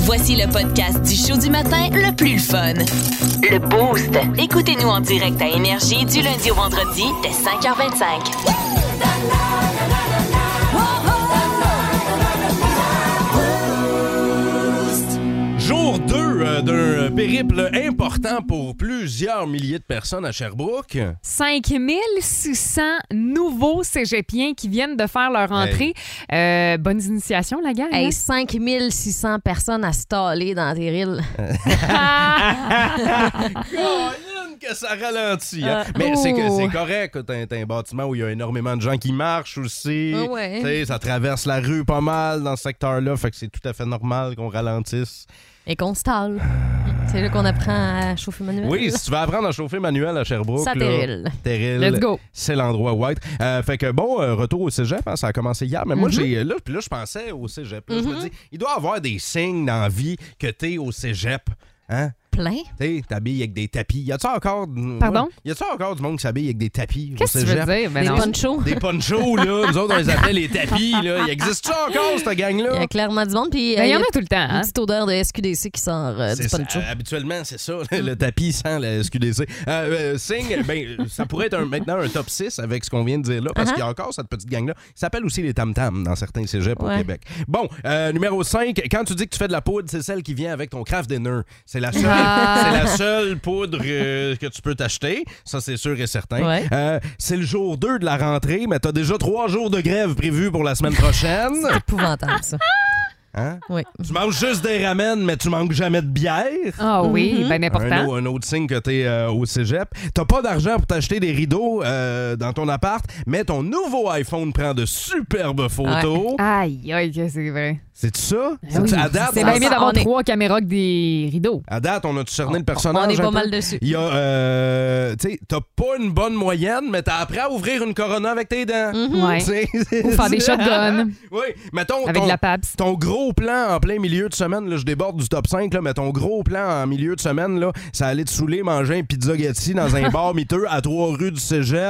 Voici le podcast du show du matin le plus fun. Le Boost. Écoutez-nous en direct à Énergie du lundi au vendredi dès 5h25. Jour 2 d'un périple important pour plusieurs milliers de personnes à Sherbrooke. 5600 nouveaux cégepiens qui viennent de faire leur entrée. Bonnes initiations, la gang. Hey, 5600 personnes à staller dans des rilles. Que ça ralentit. Hein? Mais c'est correct. T'as un bâtiment où il y a énormément de gens qui marchent aussi. Ouais. Ça traverse la rue pas mal dans ce secteur-là. Fait que c'est tout à fait normal qu'on ralentisse. Et qu'on stalle. C'est là qu'on apprend à chauffer manuel. Oui, si tu veux apprendre à chauffer manuel à Sherbrooke, ça terrible. Let's go. C'est l'endroit white. Fait que bon, retour au cégep, hein, ça a commencé hier. Mais moi, là, je pensais au cégep. Là, je me dis, il doit y avoir des signes dans la vie que t'es au cégep. Hein? Plein. Tu t'habilles avec des tapis. Y a-tu encore... Pardon? Y a-tu encore du monde qui s'habille avec des tapis? Qu'est-ce que tu veux dire? Des ponchos. Des ponchos, là. Nous autres, on les appelait les tapis, là. Il existe-tu encore, cette gang-là? Il y a clairement du monde. Puis il y en a tout le temps. Hein? Une petite odeur de SQDC qui sort du poncho. Habituellement, c'est ça. Le tapis sent la SQDC. Signe, ça pourrait être maintenant un top 6 avec ce qu'on vient de dire là, parce qu'il y a encore cette petite gang-là. Ça s'appelle aussi les tam-tams dans certains cégeps au Québec. Bon, numéro 5, quand tu dis que tu fais de la poudre, c'est celle qui vient avec ton craft dinner. C'est la seule poudre que tu peux t'acheter. Ça, c'est sûr et certain. Ouais. C'est le jour 2 de la rentrée, mais t'as déjà 3 jours de grève prévus pour la semaine prochaine. C'est épouvantable, ça. Hein? Oui. Tu manges juste des ramen, mais tu manques jamais de bière. Ah oui, bien important. Un autre signe que t'es au cégep. T'as pas d'argent pour t'acheter des rideaux dans ton appart, mais ton nouveau iPhone prend de superbes photos. Aïe, c'est vrai. C'est-tu ça? Oui. À date, c'est bien mieux d'avoir 3 caméras que des rideaux. À date, on a-tu cerné le personnage? On est pas mal dessus. Il y a, tu sais, t'as pas une bonne moyenne, mais t'as appris à ouvrir une Corona avec tes dents. Ouais. Ou faire des shotguns. Oui, mettons avec de la PAPS. Ton gros plan en plein milieu de semaine, là, je déborde du top 5, là, mais ton gros plan en milieu de semaine, là, ça allait te saouler manger un pizzaghetti dans un bar miteux à 3 rues du cégep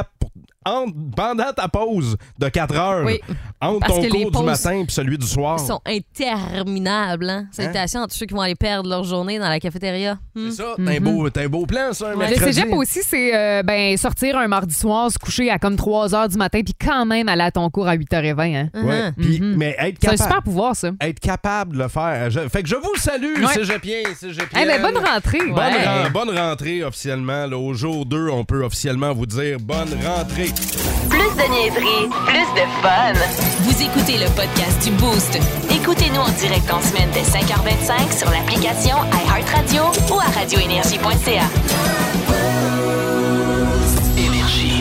pendant ta pause de 4 heures. Oui. Entre ton cours du matin et celui du soir. Ils sont interminables. Hein? Salutations à tous ceux qui vont aller perdre leur journée dans la cafétéria. C'est ça. T'as un beau plan, ça, un mercredi. Le cégep aussi, c'est sortir un mardi soir, se coucher à comme 3h du matin, puis quand même aller à ton cours à 8h20. Hein? Ouais. Mais être capable, c'est un super pouvoir, ça. Être capable de le faire. Fait que je vous salue, cégepiens et cégepiennes. Ben, bonne rentrée. Bonne rentrée officiellement. Là, au jour 2, on peut officiellement vous dire bonne rentrée. Plus de niaiserie, plus de fun. Vous écoutez le podcast du Boost. Écoutez-nous en direct en semaine dès 5h25 sur l'application iHeartRadio ou à radioénergie.ca. Énergie.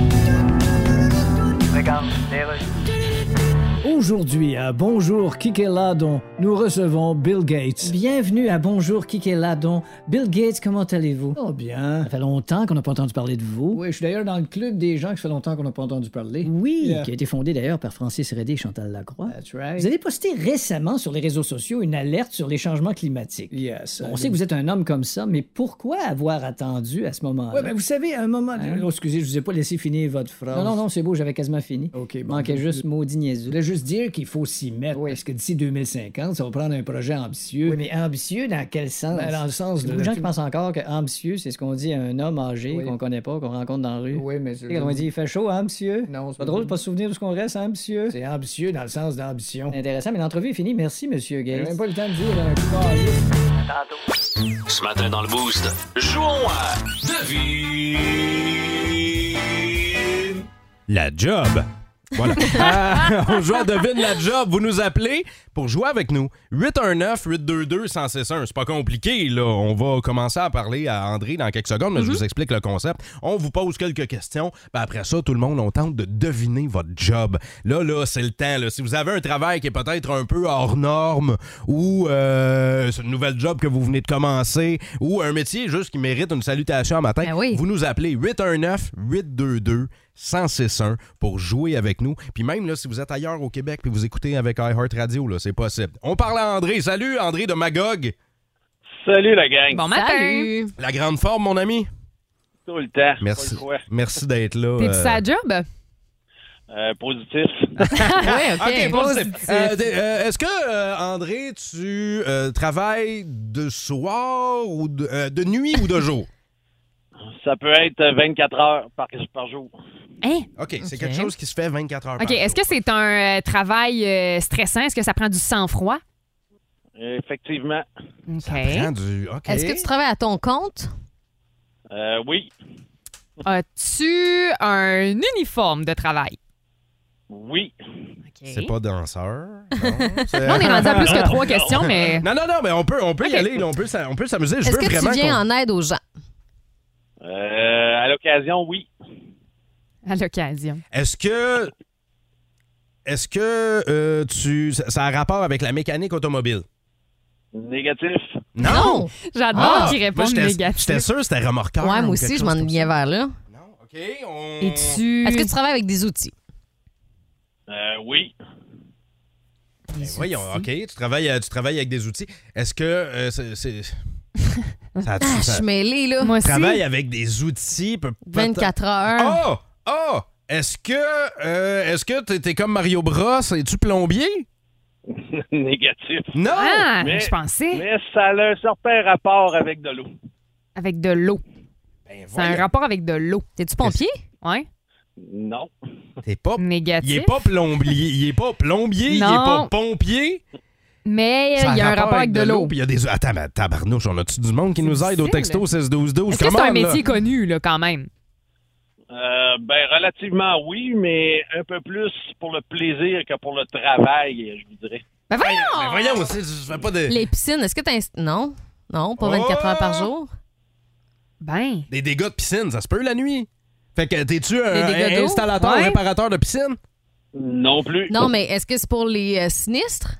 Regarde, aujourd'hui, à Bonjour Kikeladon, nous recevons Bill Gates. Bienvenue à Bonjour Kikeladon. Bill Gates, comment allez-vous? Oh bien. Ça fait longtemps qu'on n'a pas entendu parler de vous. Oui, je suis d'ailleurs dans le club des gens qui fait longtemps qu'on n'a pas entendu parler. Oui, qui a été fondé d'ailleurs par Francis Redé et Chantal Lacroix. That's right. Vous avez posté récemment sur les réseaux sociaux une alerte sur les changements climatiques. Yes. On sait que vous êtes un homme comme ça, mais pourquoi avoir attendu à ce moment-là? Oui, ben vous savez, à un moment... Oh, excusez, je vous ai pas laissé finir votre phrase. Non, c'est beau, j'avais quasiment fini. OK. Manquait juste maudit niaiseux. Je voulais juste dire qu'il faut s'y mettre, parce que d'ici 2050, ça va prendre un projet ambitieux. Oui, mais ambitieux dans quel sens? Ben, dans le sens Il y a beaucoup de gens qui pensent encore que ambitieux, c'est ce qu'on dit à un homme âgé qu'on connaît pas, qu'on rencontre dans la rue. Oui, mais... On dit, il fait chaud, hein, monsieur? Non, c'est pas drôle de pas se souvenir de ce qu'on reste, hein, monsieur? C'est ambitieux dans le sens d'ambition. Intéressant, mais l'entrevue est finie. Merci, monsieur Gates. J'ai même pas le temps de dire un coup d'arrêt. Ce matin dans le Boost, jouons à Devine la job. Voilà. On joue à Devine la job. Vous nous appelez pour jouer avec nous. 819-822-1061. C'est pas compliqué, là. On va commencer à parler à André dans quelques secondes, mais je vous explique le concept. On vous pose quelques questions. Ben après ça, tout le monde, on tente de deviner votre job. Là, c'est le temps. Là. Si vous avez un travail qui est peut-être un peu hors norme ou c'est une nouvelle job que vous venez de commencer ou un métier juste qui mérite une salutation un matin, vous nous appelez 819-822-1061 pour jouer avec nous. Puis même là, si vous êtes ailleurs au Québec puis vous écoutez avec iHeartRadio, là, c'est possible. On parle à André. Salut, André de Magog. Salut, la gang. Bon matin. Salut. La grande forme, mon ami. Tout le temps. Merci d'être là. T'es-tu sa job? Positif. Oui, OK. Positif. Est-ce que, André, tu travailles de soir ou de nuit ou de jour? Ça peut être 24 heures par jour. Hein? OK, c'est quelque chose qui se fait 24 heures par OK, jour. est-ce que c'est un travail stressant? Est-ce que ça prend du sang-froid? Effectivement. OK. Ça prend du... OK. Est-ce que tu travailles à ton compte? Oui. As-tu un uniforme de travail? Oui. OK. C'est pas danseur. Là, on est rendu à plus que 3 questions, mais... Non, mais on peut y aller. Là, on peut s'amuser. Est-ce que tu viens en aide aux gens? À l'occasion, oui. À l'occasion. Est-ce que ça a rapport avec la mécanique automobile? Négatif. Non! J'adore qu'il réponde négatif. J'étais sûr que c'était remorqueur. Ouais, moi aussi, je m'en liais vers là. Non, OK. Est-ce que tu travailles avec des outils? Oui. Voyons, OK. Tu travailles avec des outils. Est-ce que c'est... Je suis mêlée, là. Moi aussi. Travaille avec des outils. 24 heures. Oh! Est-ce que t'es comme Mario Bros? Es-tu plombier? Négatif. Non! Je pensais. Mais ça a un certain rapport avec de l'eau. Avec de l'eau. C'est un rapport avec de l'eau. T'es-tu pompier? Oui. Non. T'es pas... Négatif. Il est pas plombier. Il est pas plombier. Non. Il est pas pompier. Mais il y a un rapport avec de l'eau. Puis il y a des... Attends, mais tabarnouche, on a-tu du monde qui nous aide au texto 16-12-12? Est-ce que c'est un métier connu, là, quand même? Relativement oui, mais un peu plus pour le plaisir que pour le travail, je vous dirais. Ben voyons! Mais voyons aussi, je fais pas de... Les piscines, est-ce que t'as... Non, pas 24 heures par jour. Ben... Des dégâts de piscine, ça se peut la nuit? Fait que t'es-tu dégâts un d'eau? installateur ou réparateur de piscine? Non plus. Non, mais est-ce que c'est pour les sinistres?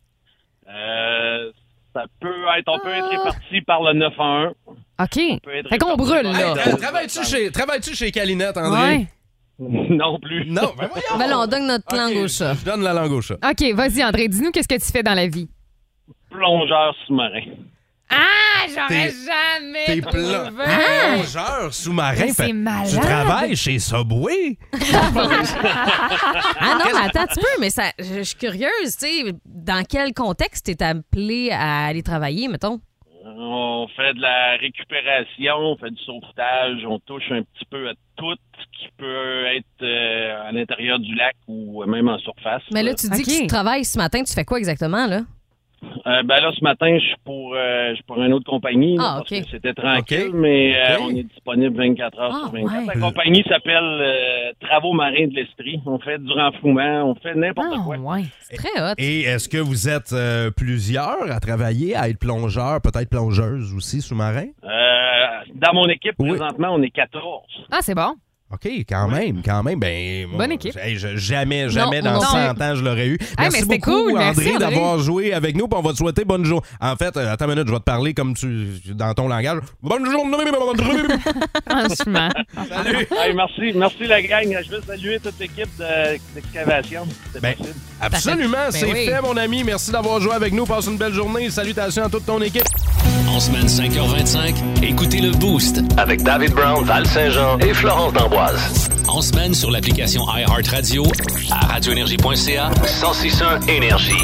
Ça peut être... On peut être réparti par le 911. OK. Fait qu'on brûle, là. Travailles-tu chez Calinette, André? Ouais. Non plus. Non, ben voyons! Ben là, on donne notre langue au chat. Je donne la langue au chat. OK, vas-y, André, dis-nous qu'est-ce que tu fais dans la vie. Plongeur sous-marin. Ah, j'aurais jamais T'es plongeur sous-marin. Mais c'est malade. Tu travailles chez Subway? Ah non, mais attends un petit peu, mais ça, je suis curieuse, tu sais, dans quel contexte t'es appelé à aller travailler, mettons? On fait de la récupération, on fait du sauvetage, on touche un petit peu à tout ce qui peut être à l'intérieur du lac ou même en surface. Mais là, tu dis que tu travailles ce matin, tu fais quoi exactement, là? Là, ce matin, je suis pour une autre compagnie. Parce que c'était tranquille, mais on est disponible 24 heures sur 24. Ouais. La compagnie s'appelle Travaux marins de l'Estrie. On fait du renflouement, on fait n'importe quoi. Ouais. C'est très hot. Et est-ce que vous êtes plusieurs à travailler, à être plongeur, peut-être plongeuse aussi, sous-marin? Dans mon équipe, présentement, on est 14. Ah, c'est bon. OK, quand même. Ben, bonne équipe. Jamais dans 100 ans, je l'aurais eu. Merci mais beaucoup, cool. Merci, André, d'avoir joué avec nous. Puis on va te souhaiter bonne journée. En fait, attends une minute, je vais te parler comme dans ton langage. Bonne journée! Franchement. Salut! Hey, merci la gang. Je veux saluer toute l'équipe d'excavation. C'est possible. Absolument, c'est fait, mon ami. Merci d'avoir joué avec nous. Passe une belle journée. Salutations à toute ton équipe. En semaine 5h25, écoutez le Boost avec David Brown, Val Saint-Jean et Florence d'Amboise. En semaine sur l'application iHeartRadio, à radioénergie.ca, 106.1 Énergie.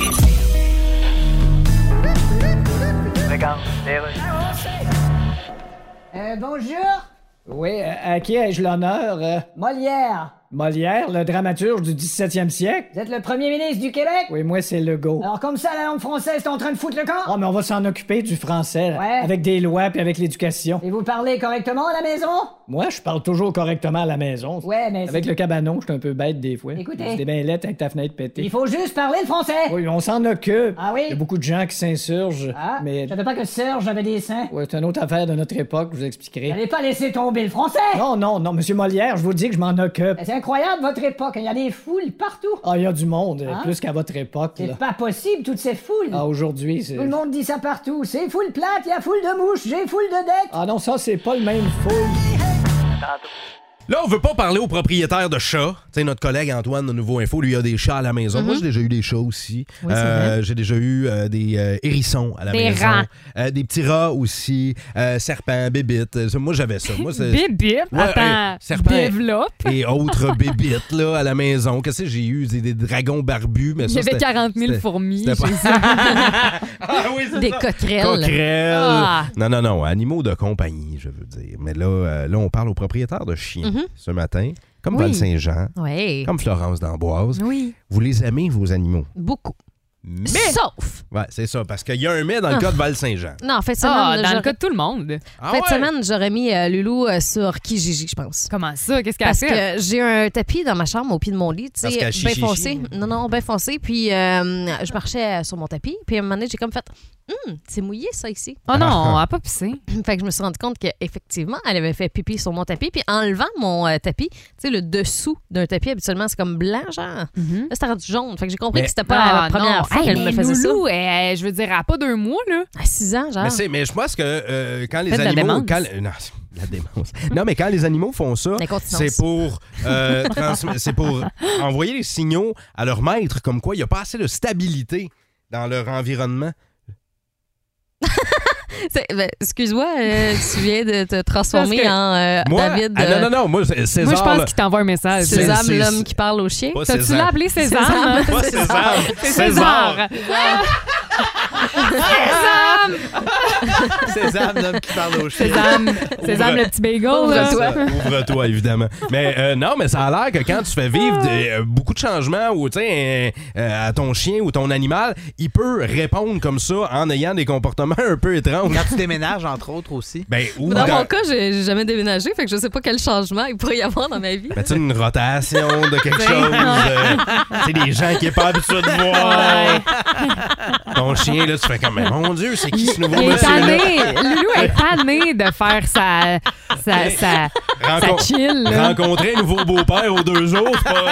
Bonjour. Oui, à qui ai-je l'honneur? Molière. Molière, le dramaturge du 17e siècle? Vous êtes le premier ministre du Québec? Oui, moi, c'est Legault. Alors, comme ça, la langue française est en train de foutre le camp? Ah, mais on va s'en occuper du français, là, avec des lois puis avec l'éducation. Et vous parlez correctement à la maison? Moi, je parle toujours correctement à la maison. Ouais, mais... Avec le cabanon, je suis un peu bête des fois. Écoutez... C'est bien lettre avec ta fenêtre pétée. Il faut juste parler le français! Oui, on s'en occupe. Ah oui? Il y a beaucoup de gens qui s'insurgent. Ah, mais... Je savais pas que Serge avait des seins. Ouais, c'est une autre affaire de notre époque, je vous expliquerai. Vous n'allez pas laisser tomber le français! Non, monsieur Molière, je vous dis que je m'en occupe. C'est incroyable, votre époque. Il y a des foules partout. Ah, il y a du monde, plus qu'à votre époque. C'est pas possible, toutes ces foules. Ah, aujourd'hui, c'est... Tout le monde dit ça partout. C'est foule plate, il y a foule de mouches, j'ai foule de dettes. Ah non, ça, c'est pas le même foule. Là, on veut pas parler aux propriétaires de chats. Tu sais, notre collègue Antoine de Nouveau Info, lui, a des chats à la maison. Moi, j'ai déjà eu des chats aussi. Oui, c'est vrai. J'ai déjà eu des hérissons à la maison. Des petits rats aussi. Serpents, bébites. Moi, j'avais ça. Bébites? Attends, serpents développe. et autres bébites là, à la maison. Qu'est-ce que j'ai eu? Des dragons barbus. Mais il y avait 40 000 fourmis. Pas... oui, des ça. coquerelles. Non. Animaux de compagnie, je veux dire. Mais là, on parle aux propriétaires de chiens ce matin. Comme Val-Saint-Jean. Oui. Comme Florence d'Amboise. Oui. Vous les aimez, vos animaux? Beaucoup. Mais... Sauf. Ouais, c'est ça, parce qu'il y a un mais dans le cas de Val-Saint-Jean. Non, en fait, semaine, dans le cas de tout le monde. En fait, semaine, j'aurais mis Loulou sur Kijiji, je pense. Comment ça? Qu'est-ce qu'elle a fait? Parce que j'ai un tapis dans ma chambre au pied de mon lit, tu sais, bien foncé. Non, bien foncé. Puis je marchais sur mon tapis. Puis à un moment donné, j'ai comme fait c'est mouillé, ça, ici. Oh non, elle n'a pas pissé. Fait que je me suis rendu compte qu'effectivement, elle avait fait pipi sur mon tapis. Puis en levant mon tapis, tu sais, le dessous d'un tapis, habituellement, c'est comme blanc, genre. Là, c'était rendu jaune. Fait que j'ai compris que c'était pas la première fois qu'elle me faisait Loulou, ça. je veux dire, elle n'a pas 2 mois, là. À 6 ans, genre. Mais je pense que quand les animaux... La démence. Non, mais quand les animaux font ça, c'est pour envoyer les signaux à leur maître, comme quoi il n'y a pas assez de stabilité dans leur environnement. Excuse-moi, tu viens de te transformer en David. Non, moi, César. Moi, je pense qu'il t'envoie un message. Sésame, l'homme qui parle au chien. T'as-tu l'appelé Sésame? Pas Sésame. C'est César. Sésame, l'homme qui parle au chien. Sésame, le petit bagel. Ouvre-toi, évidemment. Mais non, mais ça a l'air que quand tu fais vivre beaucoup de changements ou, à ton chien ou ton animal, il peut répondre comme ça en ayant des comportements un peu étranges. Quand tu déménages, entre autres, aussi. Dans mon cas, j'ai jamais déménagé, fait que je sais pas quel changement il pourrait y avoir dans ma vie. Tu une rotation de quelque chose. C'est des gens qui sont pas habitués de voir. Ton chien, là, tu fais comme, mais mon Dieu, c'est qui ce nouveau monsieur-là? Loulou est tanné de faire sa chill. Là. Rencontrer un nouveau beau-père aux 2 jours, c'est pas...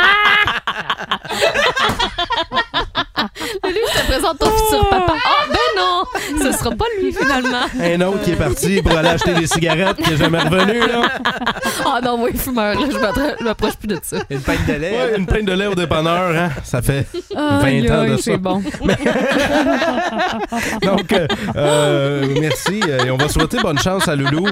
Lui, je te présente ton futur papa. Ah, ben non! Ce sera pas lui, finalement. Un autre qui est parti pour aller acheter des cigarettes qui n'est jamais revenu, là. Ah non, moi, fumeur, là, je m'approche plus de ça. Une pinte de lait. Ouais, une pinte de lait au dépanneur, hein? Ça fait 20 ans de ça. C'est bon. Donc, merci. Et on va souhaiter bonne chance à Loulou.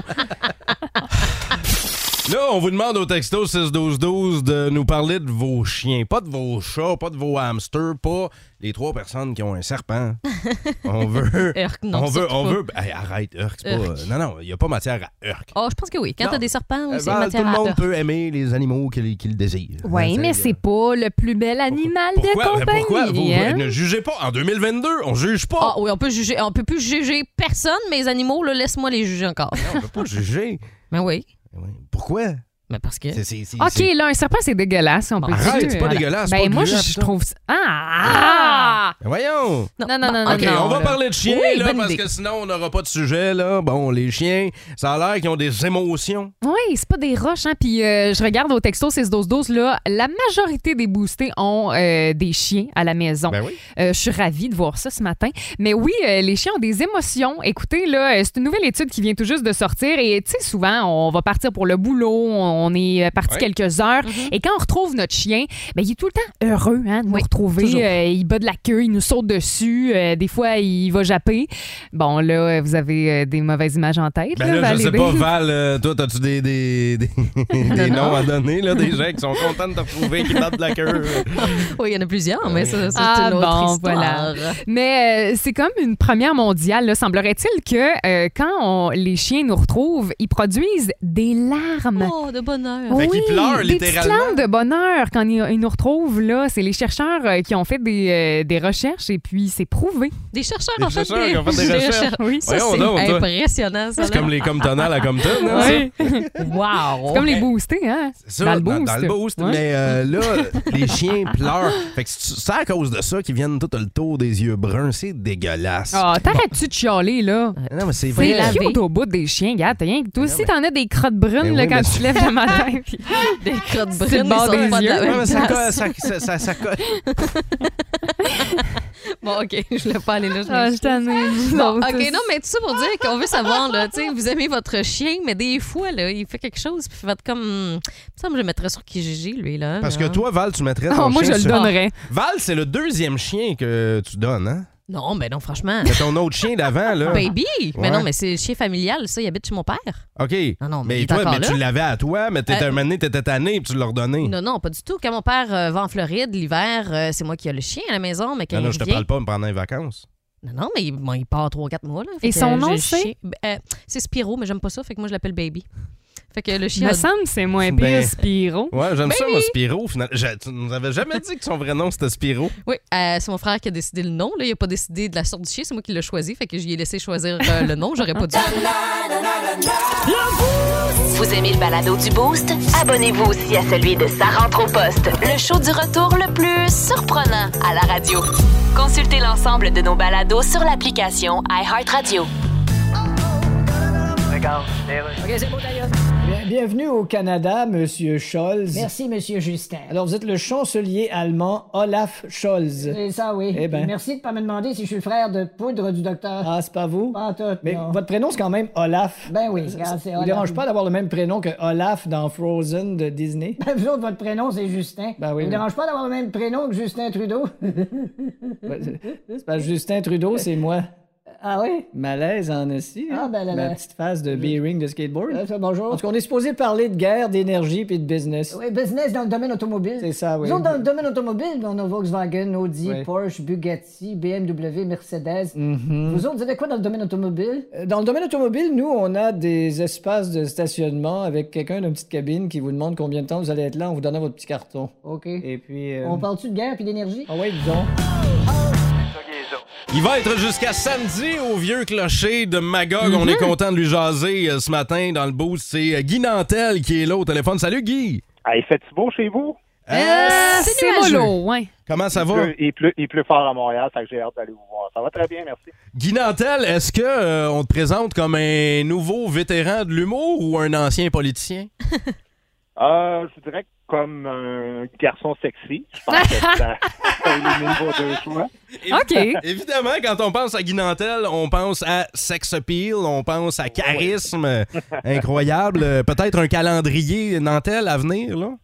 Là, on vous demande au texto 61212 de nous parler de vos chiens. Pas de vos chats, pas de vos hamsters, pas les 3 personnes qui ont un serpent. On veut... Urk, non, on veut... Hey, arrête, Urk, c'est pas... Non, il n'y a pas matière à Urk. Oh, je pense que oui. Quand t'as des serpents, c'est tout matière le à monde Urk. peut aimer les animaux qu'il désire. Oui, mais c'est pas le plus bel animal de compagnie. Pourquoi? Vous hein? ne jugez pas. En 2022, on juge pas. Ah oui, on peut plus juger personne, mais les animaux, là, laisse-moi les juger encore. Non, on peut pas juger. Ben oui. Pourquoi? Mais parce que... OK, là, un serpent, c'est dégueulasse. On peut Arrête, c'est pas dégueulasse. Ben, moi, gluant, je trouve... Ben voyons! Non. OK, on va parler de chiens, Oui, là, bonne parce idée. que sinon, on n'aura pas de sujet, là. Bon, les chiens, ça a l'air qu'ils ont des émotions. Oui, c'est pas des roches, hein. Puis je regarde au texto 61212, là, la majorité des boostés ont des chiens à la maison. Ben oui. Je suis ravie de voir ça ce matin. Mais oui, les chiens ont des émotions. Écoutez, là, c'est une nouvelle étude qui vient tout juste de sortir. Et tu sais, souvent, on va partir pour le boulot, on est parti quelques heures. Et quand on retrouve notre chien, ben, il est tout le temps heureux de nous retrouver. Il bat de la queue, il nous saute dessus. Des fois, il va japper. Bon, là, vous avez des mauvaises images en tête. Ben là, je sais pas, Val, toi, as-tu des noms à donner, là, des gens qui sont contents de te retrouver, qui battent de la queue? Oui, il y en a plusieurs, mais ça, c'est une autre histoire. Voilà. Mais c'est comme une première mondiale. Là. Semblerait-il que quand les chiens nous retrouvent, ils produisent des larmes. Oh, de bonheur. Oui, Fait qu'ils pleurent, des littéralement. petites larmes de bonheur quand ils nous retrouvent. Là. C'est les chercheurs qui ont fait des recherches et puis c'est prouvé. Des chercheurs Des en fait chercheurs qui ont fait des recherches. Oui, ça, Voyons c'est donc, toi. impressionnant. Ça, C'est comme les Compton à la Compton, hein? Oui. Wow. C'est comme les boostés, hein? C'est ça, Dans le boost. Dans le boost. Ouais. Mais là, les chiens pleurent. Fait que c'est à cause de ça qu'ils viennent tout le tour des yeux bruns. C'est dégueulasse. Ah, t'arrêtes-tu de chialer, là? Non, mais c'est C'est vrai. la cute au bout des chiens, gars. Toi aussi, t'en as des crottes brunes Mais là, oui, quand mais tu te lèves le matin. Puis... Des crottes C'est le brunes, bord ils sont des pas de yeux. la même Ouais, mais place. ça colle. Bon, OK, je voulais pas aller là. Je t'en ai bon, OK, non, mais tout ça pour dire qu'on veut savoir, là, tu sais, vous aimez votre chien, mais des fois, là, il fait quelque chose, puis faites comme... Il me semble que je le mettrais sur Kijiji, lui, là. Parce que toi, Val, tu mettrais ton chien moi, je le donnerais. Val, c'est le 2e chien que tu donnes, hein? Non, ben non, franchement. C'est ton autre chien d'avant, là. Baby! Ouais. Mais non, mais c'est le chien familial, ça, il habite chez mon père. OK. Non, mais mais toi, tu l'avais à toi, mais un moment donné, t'étais tanné, puis tu l'as redonné. Non, pas du tout. Quand mon père va en Floride l'hiver, c'est moi qui ai le chien à la maison, mais quand non, il je te vient... parle pas pendant les vacances. Non, mais il part 3-4 mois, là. Et son nom, c'est? C'est Spiro, mais j'aime pas ça, fait que moi, je l'appelle Baby. Fait que le chien. Il me semble que c'est moins pire, Spiro. Ouais, j'aime ça, moi, Spiro. Tu nous avais jamais dit que son vrai nom, c'était Spiro. Oui, c'est mon frère qui a décidé le nom. Là. Il a pas décidé de la sorte du chien, c'est moi qui l'ai choisi. Fait que je lui ai laissé choisir le nom. J'aurais pas dû. Vous aimez le balado du Boost? Abonnez-vous aussi à celui de Sa rentre au poste, le show du retour le plus surprenant à la radio. Consultez l'ensemble de nos balados sur l'application iHeartRadio. OK, c'est beau, d'ailleurs. Bienvenue au Canada, Monsieur Scholz. Merci, Monsieur Justin. Alors, vous êtes le chancelier allemand Olaf Scholz. C'est ça, oui. Eh ben. Merci de pas me demander si je suis le frère de poudre du docteur. Ah, c'est pas vous? Pas tout, mais non. Votre prénom, c'est quand même Olaf. Ben oui, c'est Olaf. Ça vous dérange pas d'avoir le même prénom que Olaf dans Frozen de Disney? Ben, vous autres, votre prénom, c'est Justin. Ben oui. Ça vous dérange pas d'avoir le même prénom que Justin Trudeau? C'est pas Justin Trudeau, c'est moi. Ah oui? Malaise en esti. Ah, ben la petite phase de B-ring de skateboard. Bonjour. Parce qu'on est supposé parler de guerre, d'énergie puis de business. Oui, business dans le domaine automobile. C'est ça, oui. Nous autres, dans le domaine automobile, on a Volkswagen, Audi, Porsche, Bugatti, BMW, Mercedes. Vous autres, vous avez quoi dans le domaine automobile? Dans le domaine automobile, nous, on a des espaces de stationnement avec quelqu'un dans une petite cabine qui vous demande combien de temps vous allez être là en vous donnant votre petit carton. OK. Et puis... On parle-tu de guerre puis d'énergie? Ah oui, disons. Il va être jusqu'à samedi au Vieux Clocher de Magog. On est content de lui jaser ce matin dans le boost. C'est Guy Nantel qui est là au téléphone. Salut Guy! Il fait-tu beau chez vous? C'est mollo, ouais. Comment ça va? Il pleut fort à Montréal, fait que j'ai hâte d'aller vous voir. Ça va très bien, merci. Guy Nantel, est-ce que on te présente comme un nouveau vétéran de l'humour ou un ancien politicien? Je dirais comme un garçon sexy. Je pense que ça élimine vos deux choix. OK. Évidemment, quand on pense à Guy Nantel, on pense à sex appeal, on pense à charisme incroyable. Peut-être un calendrier Nantel à venir, là?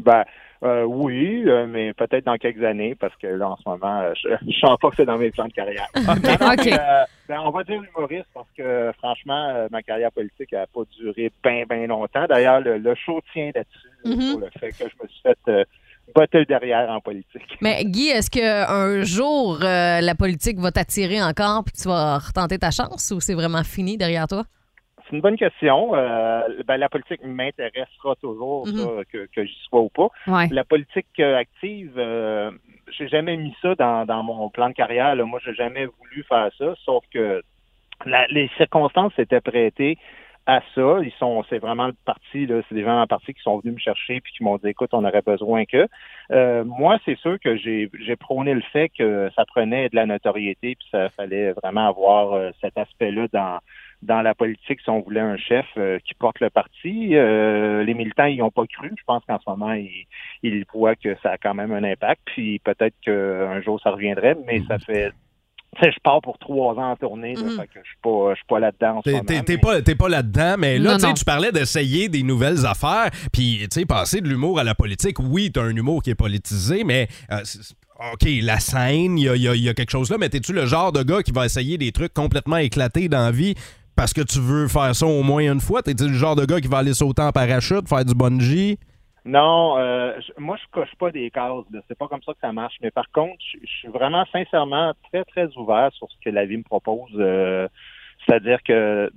Oui, mais peut-être dans quelques années, parce que là, en ce moment, je sens pas que c'est dans mes plans de carrière. OK. On va dire humoriste, parce que, franchement, ma carrière politique n'a pas duré bien longtemps. D'ailleurs, le show tient là-dessus, sur le fait que je me suis fait botter derrière en politique. Mais Guy, est-ce qu'un jour, la politique va t'attirer encore puis tu vas retenter ta chance ou c'est vraiment fini derrière toi? C'est une bonne question. La politique m'intéressera toujours, ça, que j'y sois ou pas. Ouais. La politique active, j'ai jamais mis ça dans mon plan de carrière. Là. Moi, j'ai jamais voulu faire ça, sauf que les circonstances s'étaient prêtées à ça. C'est vraiment le parti, là, c'est des gens dans le parti qui sont venus me chercher puis qui m'ont dit, écoute, on aurait besoin que. Moi, c'est sûr que j'ai prôné le fait que ça prenait de la notoriété puis ça fallait vraiment avoir cet aspect-là dans la politique, si on voulait un chef qui porte le parti. Les militants, ils n'ont pas cru. Je pense qu'en ce moment, ils voient que ça a quand même un impact. Puis peut-être qu'un jour, ça reviendrait, mais ça fait... je pars pour 3 ans en tournée, là, fait que je suis pas là-dedans en ce moment. T'es pas là-dedans, mais là, tu parlais d'essayer des nouvelles affaires, puis, tu sais, passer de l'humour à la politique. Oui, t'as un humour qui est politisé, mais... OK, la scène, il y a quelque chose là, mais t'es-tu le genre de gars qui va essayer des trucs complètement éclatés dans la vie parce que tu veux faire ça au moins une fois? T'es-tu le genre de gars qui va aller sauter en parachute, faire du bungee? Non, moi, je coche pas des cases. Là. C'est pas comme ça que ça marche. Mais par contre, je suis vraiment, sincèrement, très, très ouvert sur ce que la vie me propose. C'est-à-dire que,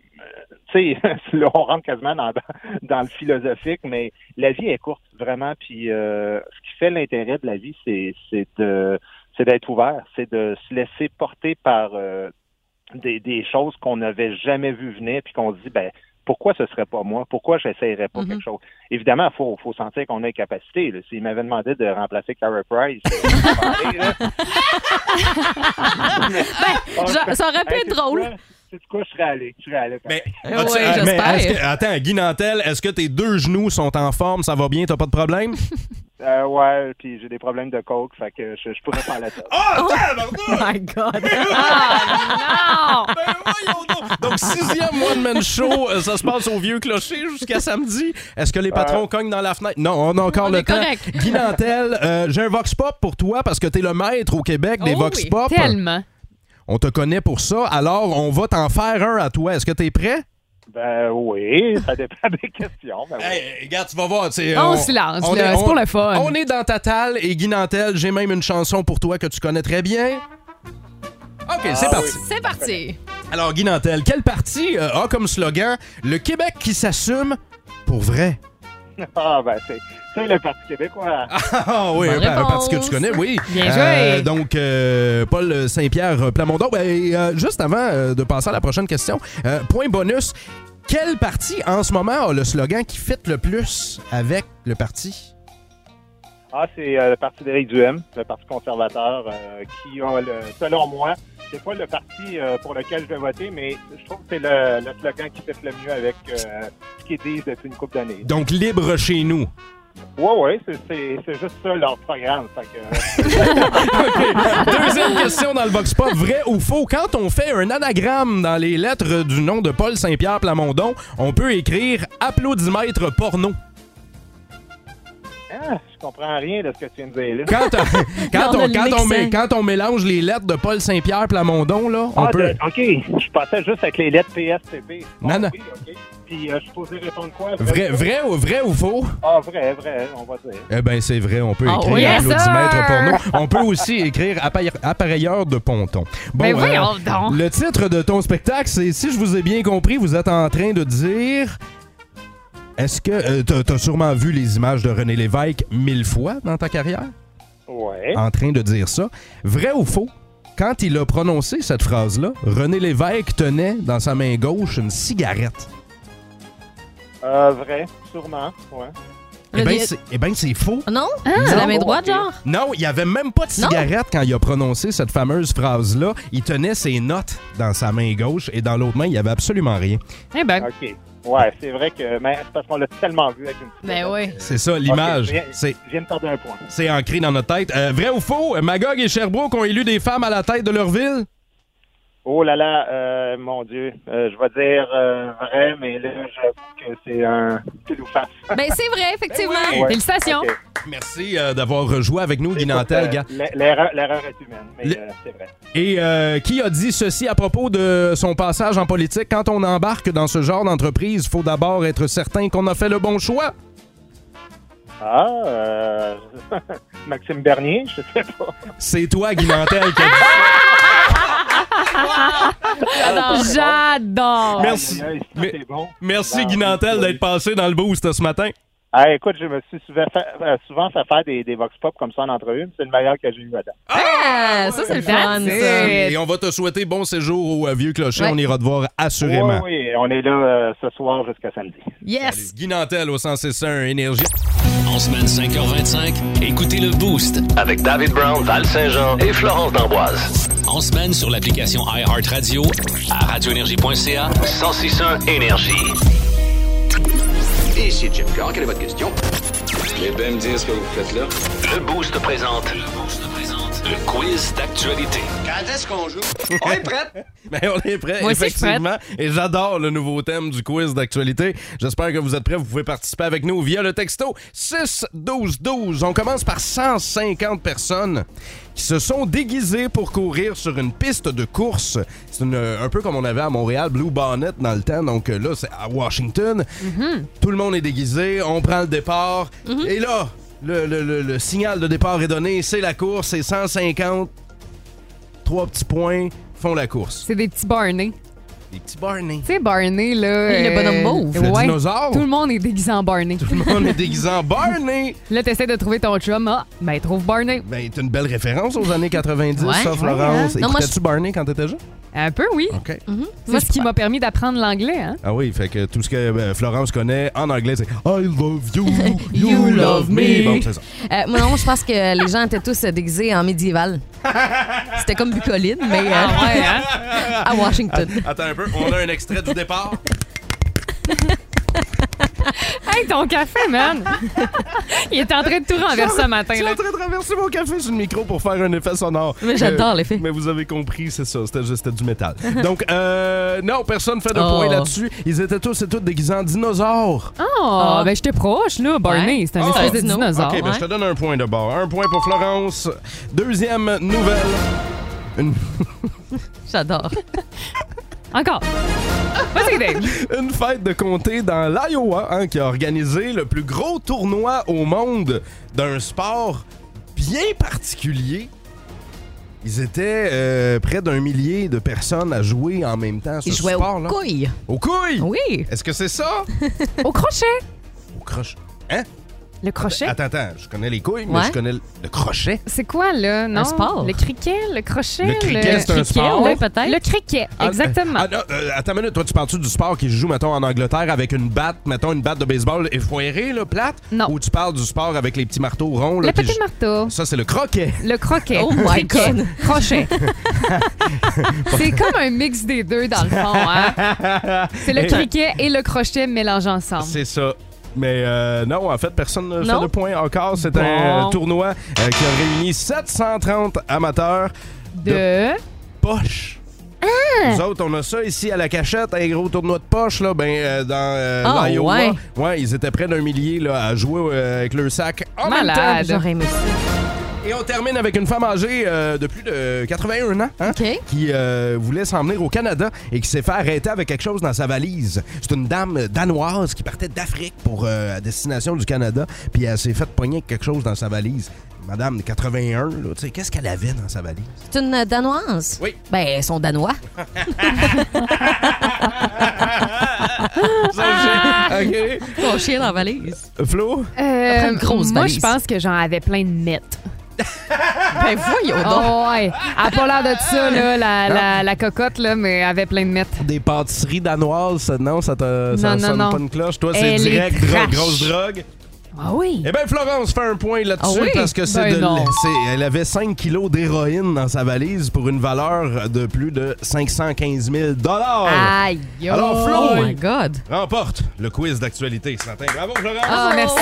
tu sais, là, on rentre quasiment dans le philosophique, mais la vie est courte, vraiment. Puis, ce qui fait l'intérêt de la vie, c'est d'être ouvert. C'est de se laisser porter par des choses qu'on n'avait jamais vues venir, puis qu'on se dit, pourquoi ce serait pas moi? Pourquoi j'essayerais pas quelque chose? Évidemment, faut sentir qu'on a les capacités. Là. S'il m'avait demandé de remplacer Cara Price, ça aurait pu être drôle. C'est quoi, je serais allé. Mais j'espère. Attends, Guy Nantel, est-ce que tes 2 genoux sont en forme? Ça va bien? T'as pas de problème? Ouais, puis j'ai des problèmes de coke, fait que je pourrais faire la tête. Oh my God! non! Ben voyons donc! Donc, 6e one-man show, ça se passe au Vieux Clocher jusqu'à samedi. Est-ce que les patrons cognent dans la fenêtre? Non, on a encore le temps. Correct. Guy Nantel, j'ai un Vox Pop pour toi parce que t'es le maître au Québec des Vox Pop. Tellement. On te connaît pour ça, alors on va t'en faire un à toi. Est-ce que t'es prêt? Ben oui, ça dépend des questions. Ben oui. Hey, regarde, tu vas voir. On se lance, là. C'est pour le fun. On est dans ta talle et Guy Nantel, j'ai même une chanson pour toi que tu connais très bien. OK, c'est parti. Oui. C'est parti. Alors, Guy Nantel, quel parti a comme slogan « Le Québec qui s'assume pour vrai ». Ah, ben c'est le Parti québécois. Ah oui, un parti que tu connais, oui. Bien joué. Donc, Paul Saint-Pierre Plamondon. Juste avant de passer à la prochaine question, point bonus, quel parti en ce moment a le slogan qui fit le plus avec le parti? Ah, c'est le Parti d'Éric Duhem, le Parti conservateur, qui a, selon moi, c'est pas le parti pour lequel je vais voter, mais je trouve que c'est le slogan qui fit le mieux avec ce qu'ils disent depuis une couple d'années. Donc, libre chez nous. Oui, c'est juste ça leur programme. Fait que... OK. Deuxième question dans le Vox Pop. Vrai ou faux? Quand on fait un anagramme dans les lettres du nom de Paul Saint-Pierre Plamondon, on peut écrire applaudimètre porno. Ah, je comprends rien de ce que tu viens de dire là. Quand on mélange les lettres de Paul Saint-Pierre Plamondon, là, on peut... OK, je pensais juste avec les lettres PSTP. Non. OK. Puis je suis supposé répondre quoi? Vrai ou faux? Ah, vrai, on va dire. Eh bien, c'est vrai, on peut écrire oui, applaudimètre porno. On peut aussi écrire appareilleur de ponton. Bon, Mais voyons donc. Le titre de ton spectacle, c'est, si je vous ai bien compris, vous êtes en train de dire... Est-ce que t'as sûrement vu les images de René Lévesque 1000 fois dans ta carrière? Ouais. En train de dire ça. Vrai ou faux? Quand il a prononcé cette phrase-là, René Lévesque tenait dans sa main gauche une cigarette. Vrai, sûrement, ouais. Eh bien, c'est faux. Non? C'est la main droite, genre? Non, il n'y avait même pas de cigarette quand il a prononcé cette fameuse phrase-là. Il tenait ses notes dans sa main gauche et dans l'autre main, il n'y avait absolument rien. Eh ben. OK. Ouais, c'est vrai que... Mais c'est parce qu'on l'a tellement vu avec une cigarette. Ben oui. C'est ça, l'image. Okay, je viens de perdre un point. C'est ancré dans notre tête. Vrai ou faux? Magog et Sherbrooke ont élu des femmes à la tête de leur ville? Oh là là, mon Dieu. Je vais dire vrai, mais là, j'avoue que c'est un pile ou face. Ben c'est vrai, effectivement. Oui. Ouais. Félicitations. Okay. Merci d'avoir rejoué avec nous, Guy Nantel. L'erreur est humaine, mais c'est vrai. Et qui a dit ceci à propos de son passage en politique? Quand on embarque dans ce genre d'entreprise, il faut d'abord être certain qu'on a fait le bon choix. Maxime Bernier, je sais pas. C'est toi, Guy Nantel, qui a dit J'adore. Merci. C'est bon. Merci, Guy Nantel, d'être passé dans le boost ce matin. Écoute, je me suis souvent fait faire des vox pop comme ça en entrevue. C'est le meilleur que j'ai eu là-dedans. Ça, c'est le fun, ça. Et on va te souhaiter bon séjour au Vieux Clocher. Ouais. On ira te voir assurément. Oui, on est là ce soir jusqu'à samedi. Yes! Salut. Guy Nantel au 106.1 Énergie. En semaine 5h25, écoutez le Boost avec David Brown, Val Saint-Jean et Florence d'Amboise. En semaine sur l'application iHeartRadio, à radioénergie.ca, 106.1 Énergie. Ici Jim Carr, quelle est votre question? Mais bien me dire ce que vous faites là. Le Boost présente le quiz d'actualité. Quand est-ce qu'on joue? On est prêt? Ben, on est prêt, moi effectivement. Et j'adore le nouveau thème du quiz d'actualité. J'espère que vous êtes prêts. Vous pouvez participer avec nous via le texto 6-12-12. On commence par 150 personnes qui se sont déguisées pour courir sur une piste de course. C'est un peu comme on avait à Montréal, Blue Bonnet dans le temps. Donc là, c'est à Washington. Mm-hmm. Tout le monde est déguisé. On prend le départ. Mm-hmm. Et là, le signal de départ est donné. C'est la course. C'est 150. 3 petits points font la course. C'est des petits Barney. Des petits Barney. Tu sais, Barney, là... Le bonhomme mauve. Le dinosaure. Tout le monde est déguisé en Barney. Tout le monde est déguisé en Barney. Là, t'essaies de trouver ton chum. Ben, trouve Barney. Ben, t'as une belle référence aux années 90, ça, Florence. Écoutais-tu Barney quand t'étais jeune? Un peu, oui. OK. Mm-hmm. C'est ce qui m'a permis d'apprendre l'anglais, hein? Ah oui, fait que tout ce que Florence connaît en anglais, c'est « I love you, you love me ». Bon, c'est ça. Moi, non, je pense que les gens étaient tous déguisés en médiéval. C'était comme Bucoline, mais à Washington. Attends un peu, on a un extrait du départ. Hey, ton café, man! Il est en train de tout renverser ce matin. Je suis en train de renverser mon café sur le micro pour faire un effet sonore. Mais j'adore l'effet. Mais vous avez compris, c'est ça. C'était du métal. Donc, non, personne fait de point là-dessus. Ils étaient tous et toutes déguisés en dinosaures. Oh, ben j'étais proche, là, Barney. Ouais. C'est un espèce de dinosaure. OK, ben je te donne un point de bord. Un point pour Florence. Deuxième nouvelle. J'adore. Encore. Vas-y, Dave. Une fête de comté dans l'Iowa qui a organisé le plus gros tournoi au monde d'un sport bien particulier. Ils étaient près d'1 millier de personnes à jouer en même temps à ce sport-là. Ils jouaient aux couilles. Aux couilles? Oui. Est-ce que c'est ça? Au crochet. Au crochet. Hein? Le crochet? Attends, je connais les couilles, mais je connais le crochet. C'est quoi, là? Non? Un sport. Le criquet, le crochet? Le criquet, c'est un sport? Oui, peut-être. Le criquet, exactement. Attends une minute, toi, tu parles-tu du sport qui se joue, mettons, en Angleterre avec une batte de baseball effoirée, là, plate? Non. Ou tu parles du sport avec les petits marteaux ronds? Là, Le petit marteau. Ça, c'est le croquet. Le croquet. Oh my God. Crochet. C'est comme un mix des deux, dans le fond. Hein? C'est le criquet et le crochet mélangés ensemble. C'est ça. Mais non, en fait, personne ne fait de point encore. C'est Bon. un tournoi qui a réuni 730 amateurs De poche. Nous autres, on a ça ici à la cachette, un gros tournoi de poche là, dans l'Iowa. Ouais, ils étaient près d'1 millier là, à jouer avec leur sac en même temps. J'aurais aimé ça. Et on termine avec une femme âgée de plus de 81 ans qui voulait s'en venir au Canada et qui s'est fait arrêter avec quelque chose dans sa valise. C'est une dame danoise qui partait d'Afrique pour à destination du Canada, puis elle s'est fait pogner avec quelque chose dans sa valise. Madame de 81, tu sais, qu'est-ce qu'elle avait dans sa valise? C'est une Danoise? Oui. Ben, ils sont Danois. OK. Mon chien dans la valise. Flo? Après une grosse moi, valise. je pense que j'en avais plein de miettes. Ben voyons donc. Oh, ouais. Elle n'a pas l'air de ça, là, la cocotte, là, mais elle avait plein de miettes. Des pâtisseries danoises, ça non, sonne non. pas une cloche. Toi, c'est Elle direct est trash. grosse drogue. Ah oui. Eh bien, Florence fait un point là-dessus Ah oui? parce que elle avait 5 kilos d'héroïne dans sa valise pour une valeur de plus de 515 000 $. Aïe. Alors, Flo, Oh my God. remporte le quiz d'actualité ce matin. Bravo, Florence! Ah, merci.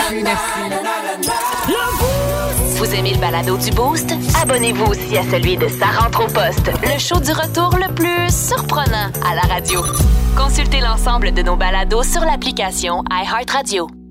Vous aimez le balado du Boost? Abonnez-vous aussi à celui de Sa rentre au poste, le show du retour le plus surprenant à la radio. Consultez l'ensemble de nos balados sur l'application iHeartRadio.